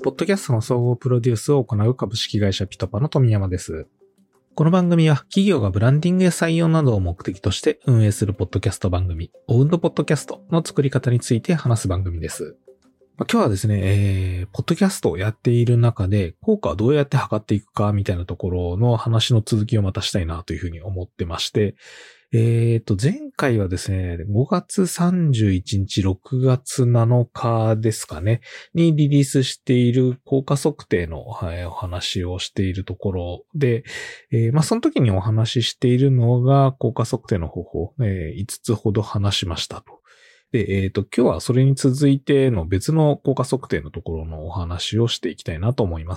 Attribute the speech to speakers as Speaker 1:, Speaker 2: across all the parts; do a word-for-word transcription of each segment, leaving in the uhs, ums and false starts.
Speaker 1: ポッドキャストの総合プロデュースを行う株式会社ピトパの富山です。この番組は企業がブランディングや採用などを目的として運営するポッドキャスト番組、オウンドポッドキャストの作り方について話す番組です。今日はですね、えー、ポッドキャストをやっている中で効果をどうやって測っていくかみたいなところの話の続きをまたしたいなというふうに思ってまして、えーと、前回はですね、ごがつさんじゅういちにち、ろくがつなのかですかね、にリリースしている効果測定の、はい、お話をしているところで、えー、まあ、その時にお話ししているのが効果測定の方法、えー、いつつほど話しましたと。で、えーと、今日はそれに続いての別の効果測定のところのお話をしていきたいなと思います。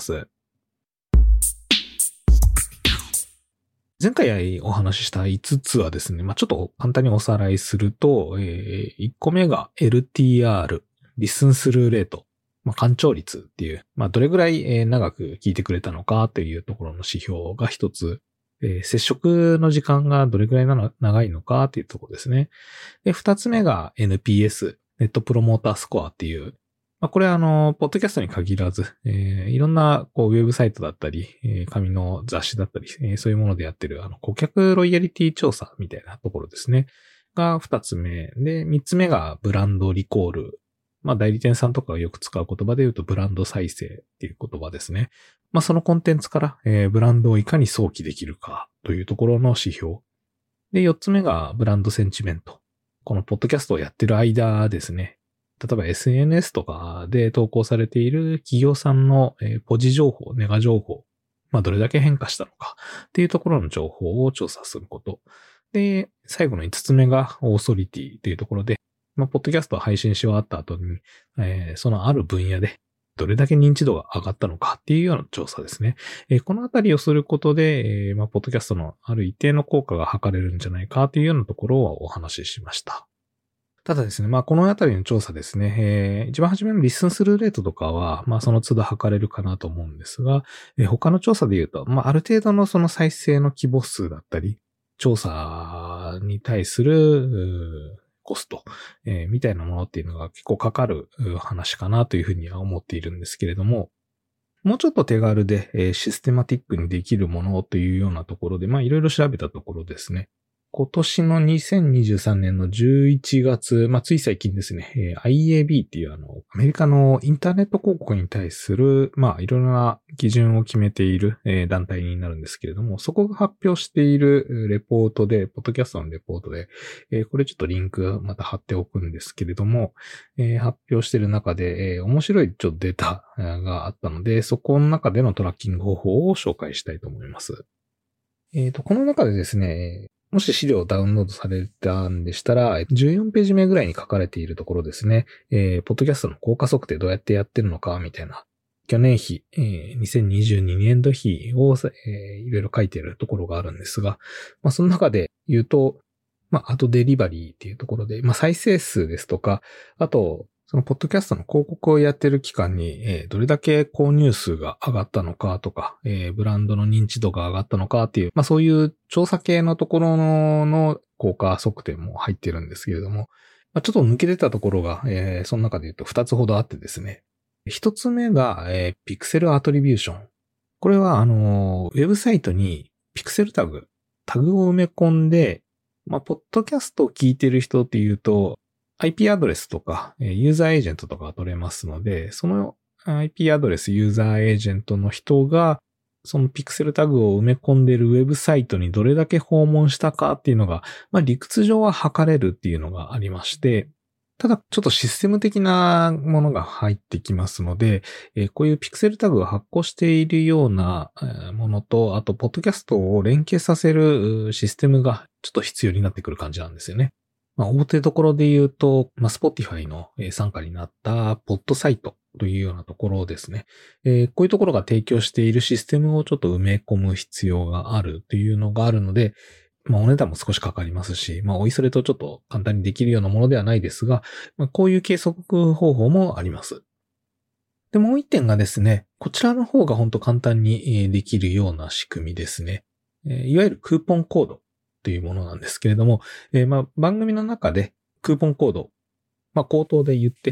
Speaker 1: 前回お話ししたいつつはですね、まあ、ちょっと簡単におさらいすると、えー、いっこめが エルティーアール、リスンスルーレート、まあ、干潮率っていう、まあ、どれぐらい長く聞いてくれたのかというところの指標が一つ、えー、接触の時間がどれぐらいなの長いのかっていうところですね。で、二つ目が エヌピーエス、ネットプロモータースコアっていう、まあ、これはあの、ポッドキャストに限らず、えー、いろんなこうウェブサイトだったり、えー、紙の雑誌だったり、えー、そういうものでやってるあの顧客ロイヤリティ調査みたいなところですね。が二つ目。で、三つ目がブランドリコール。まあ代理店さんとかがよく使う言葉で言うとブランド再生っていう言葉ですね。まあそのコンテンツから、えー、ブランドをいかに想起できるかというところの指標。で、四つ目がブランドセンチメント。このポッドキャストをやってる間ですね。例えば エスエヌエス とかで投稿されている企業さんのポジ情報、ネガ情報、まあどれだけ変化したのかっていうところの情報を調査すること。で、最後の五つ目がオーソリティというところで、まあポッドキャストを配信し終わった後に、えー、そのある分野でどれだけ認知度が上がったのかっていうような調査ですね。えー、このあたりをすることで、えー、まあポッドキャストのある一定の効果が測れるんじゃないかっていうようなところをお話ししました。ただですね、まあこのあたりの調査ですね、えー、一番初めのリスンスルーレートとかは、まあその都度測れるかなと思うんですが、えー、他の調査で言うと、まあある程度のその再生の規模数だったり、調査に対するコスト、えー、みたいなものっていうのが結構かかる話かなというふうには思っているんですけれども、もうちょっと手軽で、えー、システマティックにできるものというようなところで、まあいろいろ調べたところですね、今年のにせんにじゅうさんねんのじゅういちがつ、まあ、つい最近ですね、えー、アイエービー っていうあの、アメリカのインターネット広告に対する、まあ、いろいろな基準を決めている、えー、団体になるんですけれども、そこが発表しているレポートで、ポッドキャストのレポートで、えー、これちょっとリンクまた貼っておくんですけれども、えー、発表している中で、えー、面白いちょっとデータがあったので、そこの中でのトラッキング方法を紹介したいと思います。えっと、この中でですね、もし資料をダウンロードされたんでしたら、じゅうよんページ目ぐらいに書かれているところですね、えー、ポッドキャストの効果測定どうやってやってるのか、みたいな、去年比、えー、にせんにじゅうにねんど比を、えー、いろいろ書いているところがあるんですが、まあ、その中で言うと、まあ、アドデリバリーっていうところで、まあ、再生数ですとか、あと、そのポッドキャストの広告をやってる期間に、えー、どれだけ購入数が上がったのかとか、えー、ブランドの認知度が上がったのかっていう、まあそういう調査系のところの、の効果測定も入ってるんですけれども、まあ、ちょっと抜け出たところが、えー、その中で言うとふたつほどあってですね。ひとつめが、えー、ピクセルアトリビューション。これは、あのー、ウェブサイトにピクセルタグ、タグを埋め込んで、まあ、ポッドキャストを聞いてる人っていうと、アイピー アドレスとか、ユーザーエージェントとかが取れますので、その アイピー アドレス、ユーザーエージェントの人が、そのピクセルタグを埋め込んでいるウェブサイトにどれだけ訪問したかっていうのが、まあ理屈上は測れるっていうのがありまして、ただちょっとシステム的なものが入ってきますので、えー、こういうピクセルタグを発行しているようなものと、あと、ポッドキャストを連携させるシステムがちょっと必要になってくる感じなんですよね。まあ、大手どころで言うと、まあ、Spotify の参加になったポッドサイトというようなところですね。えー、こういうところが提供しているシステムをちょっと埋め込む必要があるというのがあるので、まあ、お値段も少しかかりますし、まあ、おいそれとちょっと簡単にできるようなものではないですが、まあ、こういう計測方法もあります。で、もう一点がですね、こちらの方が本当簡単にできるような仕組みですね。いわゆるクーポンコードというものなんですけれども、えー、まあ番組の中でクーポンコード、まあ口頭で言って、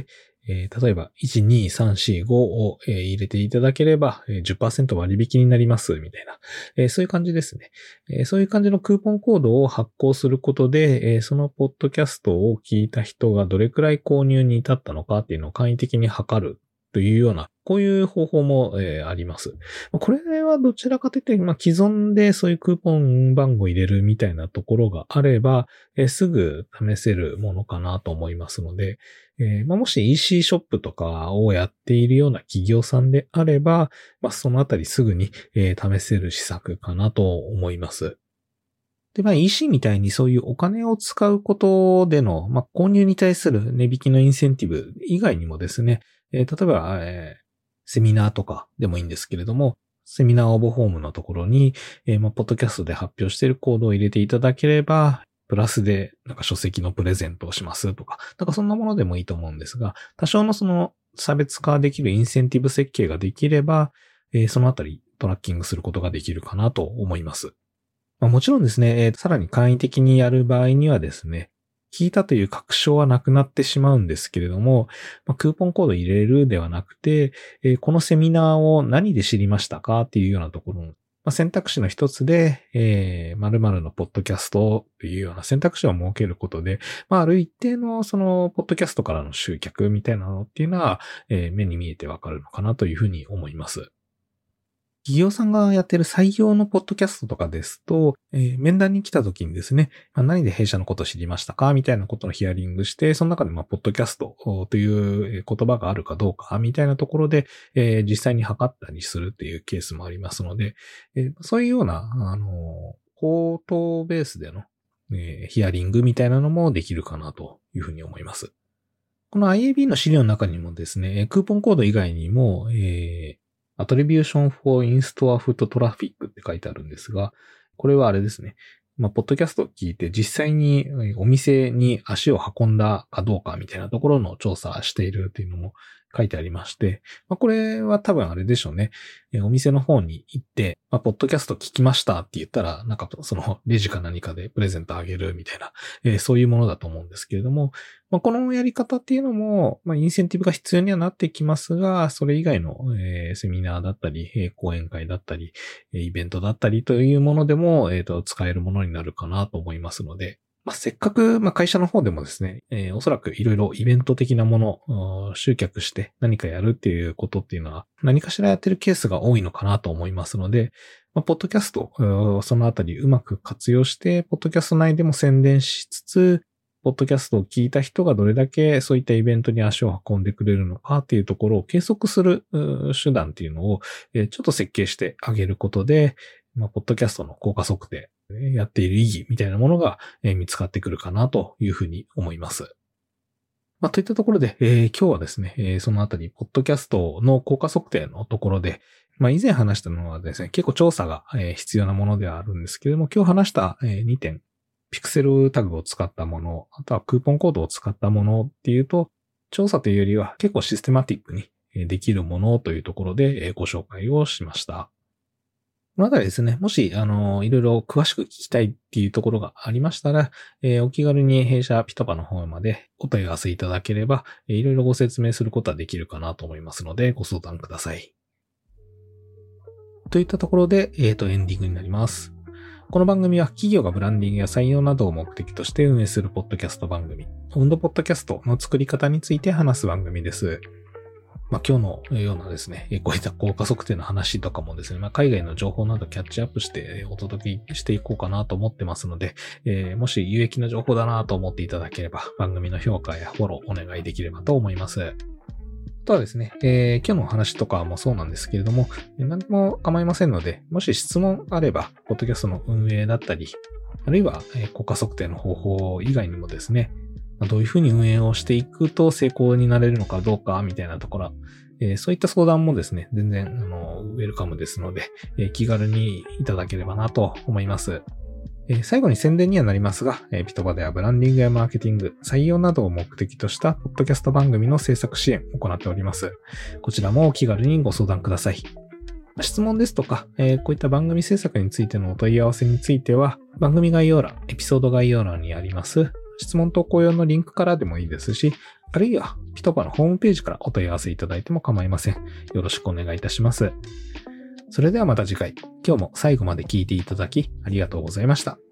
Speaker 1: えー、例えば、いち、に、さん、よん、ごを、えー、入れていただければ、えー、じゅっパーセント 割引になります、みたいな、えー。そういう感じですね、えー。そういう感じのクーポンコードを発行することで、えー、そのポッドキャストを聞いた人がどれくらい購入に至ったのかっていうのを簡易的に測るというような、こういう方法も、えー、あります。これはどちらかというと、まあ、既存でそういうクーポン番号入れるみたいなところがあれば、えー、すぐ試せるものかなと思いますので、えーまあ、もし イーシー ショップとかをやっているような企業さんであれば、まあ、そのあたりすぐに、えー、試せる施策かなと思います。で、まあ イーシー みたいにそういうお金を使うことでの、まあ、購入に対する値引きのインセンティブ以外にもですね、えー、例えば、えー、セミナーとかでもいいんですけれども、セミナー応募フォームのところに、えー、まあ、ポッドキャストで発表しているコードを入れていただければ、プラスで、なんか書籍のプレゼントをしますとか、なんかそんなものでもいいと思うんですが、多少のその差別化できるインセンティブ設計ができれば、えー、そのあたりトラッキングすることができるかなと思います。まあ、もちろんですね、えー、さらに簡易的にやる場合にはですね、聞いたという確証はなくなってしまうんですけれども、まあ、クーポンコード入れるではなくて、えー、このセミナーを何で知りましたかっていうようなところの、まあ、選択肢の一つで、えー、〇〇のポッドキャストというような選択肢を設けることで、まあ、ある一定のその、ポッドキャストからの集客みたいなのっていうのは、えー、目に見えてわかるのかなというふうに思います。企業さんがやってる採用のポッドキャストとかですと、えー、面談に来た時にですね、まあ、何で弊社のことを知りましたかみたいなことのヒアリングして、その中でまあポッドキャストという言葉があるかどうかみたいなところで、えー、実際に測ったりするっていうケースもありますので、えー、そういうような、あの、口頭ベースでの、えー、ヒアリングみたいなのもできるかなというふうに思います。この アイエービー の資料の中にもですね、クーポンコード以外にも、えーAttribution for In-Store Foot Traffic って書いてあるんですが、これはあれですね。まあ、ポッドキャストを聞いて実際にお店に足を運んだかどうかみたいなところの調査しているっていうのも書いてありまして、まあ、これは多分あれでしょうね。お店の方に行って、まあ、ポッドキャスト聞きましたって言ったら、なんかそのレジか何かでプレゼントあげるみたいな、えー、そういうものだと思うんですけれども、まあ、このやり方っていうのも、まあ、インセンティブが必要にはなってきますが、それ以外の、えー、セミナーだったり、えー、講演会だったり、イベントだったりというものでも、えーと、使えるものになるかなと思いますので、まあ、せっかく、まあ、会社の方でもですね、えー、おそらくいろいろイベント的なもの、集客して何かやるっていうことっていうのは、何かしらやってるケースが多いのかなと思いますので、まあ、ポッドキャスト、そのあたりうまく活用して、ポッドキャスト内でも宣伝しつつ、ポッドキャストを聞いた人がどれだけそういったイベントに足を運んでくれるのかっていうところを計測する手段っていうのをちょっと設計してあげることで、まあ、ポッドキャストの効果測定、やっている意義みたいなものが見つかってくるかなというふうに思います。まあ、といったところで、えー、今日はですね、えー、そのあたり、ポッドキャストの効果測定のところで、まあ、以前話したのはですね、結構調査が必要なものではあるんですけれども、今日話したにてん、ピクセルタグを使ったもの、あとはクーポンコードを使ったものっていうと、調査というよりは結構システマティックにできるものというところでご紹介をしました。このあたりですね、もし、あの、いろいろ詳しく聞きたいっていうところがありましたら、えー、お気軽に弊社ピトパの方までお問い合わせいただければ、いろいろご説明することはできるかなと思いますので、ご相談ください。といったところで、えっと、エンディングになります。この番組は企業がブランディングや採用などを目的として運営するポッドキャスト番組、オンドポッドキャストの作り方について話す番組です。まあ、今日のようなですね、こういった効果測定の話とかもですね、まあ、海外の情報などキャッチアップしてお届けしていこうかなと思ってますので、えー、もし有益な情報だなと思っていただければ、番組の評価やフォローお願いできればと思います。あとはですね、えー、今日のお話とかもそうなんですけれども、何でも構いませんので、もし質問あれば、ポッドキャストの運営だったり、あるいは効果測定の方法以外にもですね、どういうふうに運営をしていくと成功になれるのかどうかみたいなところ、えー、そういった相談もですね、全然あのウェルカムですので、えー、気軽にいただければなと思います。えー、最後に宣伝にはなりますが、えー、ピトパではブランディングやマーケティング、採用などを目的としたポッドキャスト番組の制作支援を行っております。こちらもお気軽にご相談ください。質問ですとか、えー、こういった番組制作についてのお問い合わせについては、番組概要欄、エピソード概要欄にあります質問投稿用のリンクからでもいいですし、あるいはピトパのホームページからお問い合わせいただいても構いません。よろしくお願いいたします。それではまた次回。今日も最後まで聞いていただきありがとうございました。